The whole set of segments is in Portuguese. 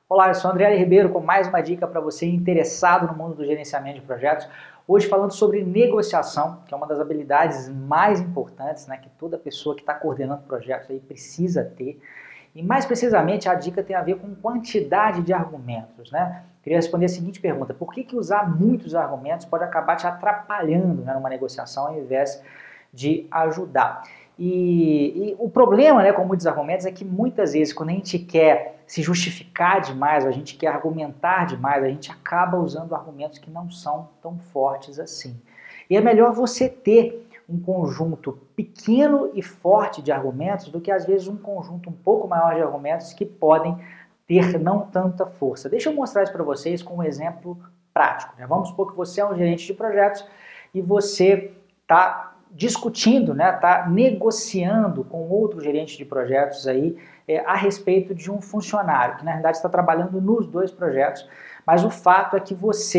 Olá, eu sou André Ribeiro com mais uma dica para você interessado no mundo do gerenciamento de projetos. Hoje falando sobre negociação, que é uma das habilidades mais importantes, né, que toda pessoa que está coordenando projetos aí precisa ter. E mais precisamente a dica tem a ver com quantidade de argumentos, né? Queria responder a seguinte pergunta: por que usar muitos argumentos pode acabar te atrapalhando, né, numa negociação ao invés de ajudar? E o problema, né, com muitos argumentos é que muitas vezes quando a gente quer se justificar demais, a gente quer argumentar demais, a gente acaba usando argumentos que não são tão fortes assim. E é melhor você ter um conjunto pequeno e forte de argumentos do que às vezes um conjunto um pouco maior de argumentos que podem ter não tanta força. Deixa eu mostrar isso para vocês com um exemplo prático, né? Vamos supor que você é um gerente de projetos e você está discutindo, né, está negociando com outro gerente de projetos aí a respeito de um funcionário que na verdade está trabalhando nos dois projetos, mas o fato é que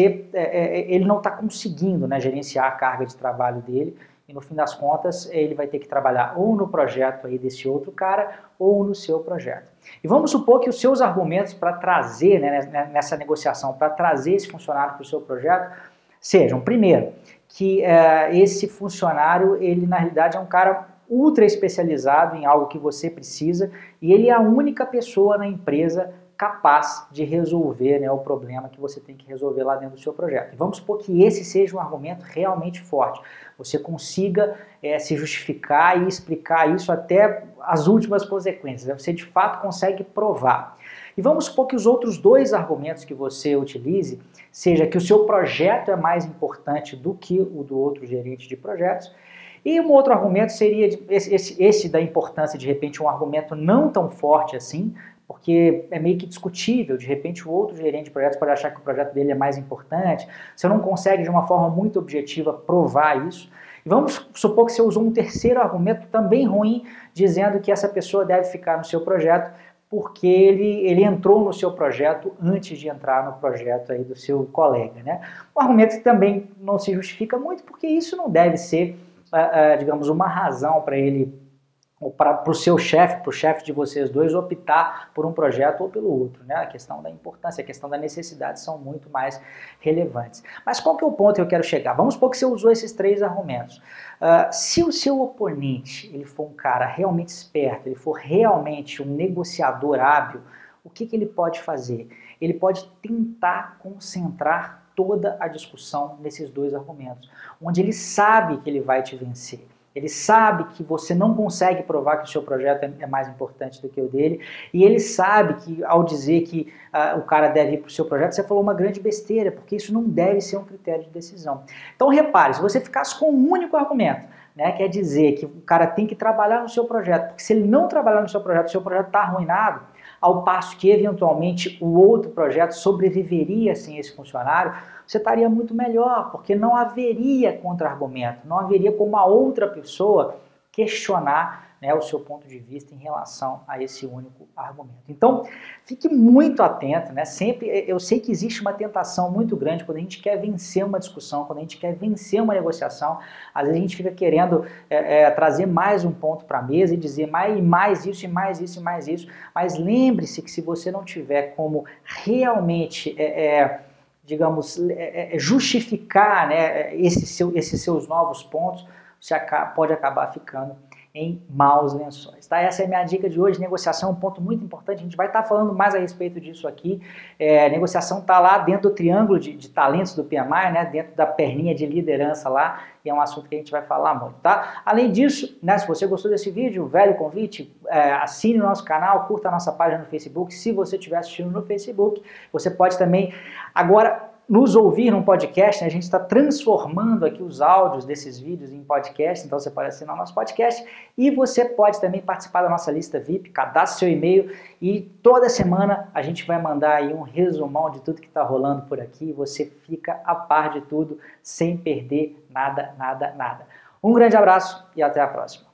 ele não está conseguindo, né, gerenciar a carga de trabalho dele e no fim das contas ele vai ter que trabalhar ou no projeto aí desse outro cara ou no seu projeto. E vamos supor que os seus argumentos para trazer, né, nessa negociação, para trazer esse funcionário para o seu projeto sejam, primeiro, que esse funcionário, ele na realidade é um cara ultra especializado em algo que você precisa e ele é a única pessoa na empresa capaz de resolver, né, o problema que você tem que resolver lá dentro do seu projeto. E vamos supor que esse seja um argumento realmente forte. Você consiga se justificar e explicar isso até as últimas consequências. Você de fato consegue provar. E vamos supor que os outros dois argumentos que você utilize seja que o seu projeto é mais importante do que o do outro gerente de projetos. E um outro argumento seria esse da importância, de repente, um argumento não tão forte assim, porque é meio que discutível, de repente o outro gerente de projetos pode achar que o projeto dele é mais importante, você não consegue de uma forma muito objetiva provar isso. E vamos supor que você usou um terceiro argumento também ruim, dizendo que essa pessoa deve ficar no seu projeto porque ele entrou no seu projeto antes de entrar no projeto aí do seu colega, né? Um argumento que também não se justifica muito, porque isso não deve ser, digamos, uma razão para ele, ou para o seu chefe, para o chefe de vocês dois, optar por um projeto ou pelo outro, né? A questão da importância, a questão da necessidade são muito mais relevantes. Mas qual que é o ponto que eu quero chegar? Vamos supor que você usou esses três argumentos. Se o seu oponente ele for um cara realmente esperto, ele for realmente um negociador hábil, o que ele pode fazer? Ele pode tentar concentrar toda a discussão nesses dois argumentos, onde ele sabe que ele vai te vencer. Ele sabe que você não consegue provar que o seu projeto é mais importante do que o dele, e ele sabe que ao dizer que o cara deve ir para o seu projeto, você falou uma grande besteira, porque isso não deve ser um critério de decisão. Então repare, se você ficasse com um único argumento, né, quer dizer que o cara tem que trabalhar no seu projeto, porque se ele não trabalhar no seu projeto está arruinado, ao passo que eventualmente o outro projeto sobreviveria sem esse funcionário, você estaria muito melhor, porque não haveria contra-argumento, não haveria como a outra pessoa questionar, né, o seu ponto de vista em relação a esse único argumento. Então, fique muito atento, né? Sempre, eu sei que existe uma tentação muito grande quando a gente quer vencer uma discussão, quando a gente quer vencer uma negociação, às vezes a gente fica querendo trazer mais um ponto para a mesa e dizer mais isso, e mais isso, e mais isso, mas lembre-se que se você não tiver como realmente digamos, justificar, né, esses seus novos pontos, você pode acabar ficando em maus lençóis. Tá? Essa é a minha dica de hoje. Negociação é um ponto muito importante, a gente vai estar falando mais a respeito disso aqui. Negociação está lá dentro do triângulo de talentos do PMI, né, dentro da perninha de liderança lá, e é um assunto que a gente vai falar muito. Tá? Além disso, né, se você gostou desse vídeo, velho convite, assine o nosso canal, curta a nossa página no Facebook. Se você estiver assistindo no Facebook, você pode também agora nos ouvir num podcast, né? A gente está transformando aqui os áudios desses vídeos em podcast, então você pode assinar o nosso podcast e você pode também participar da nossa lista VIP, cadastre seu e-mail e toda semana a gente vai mandar aí um resumão de tudo que está rolando por aqui e você fica a par de tudo sem perder nada, nada, nada. Um grande abraço e até a próxima.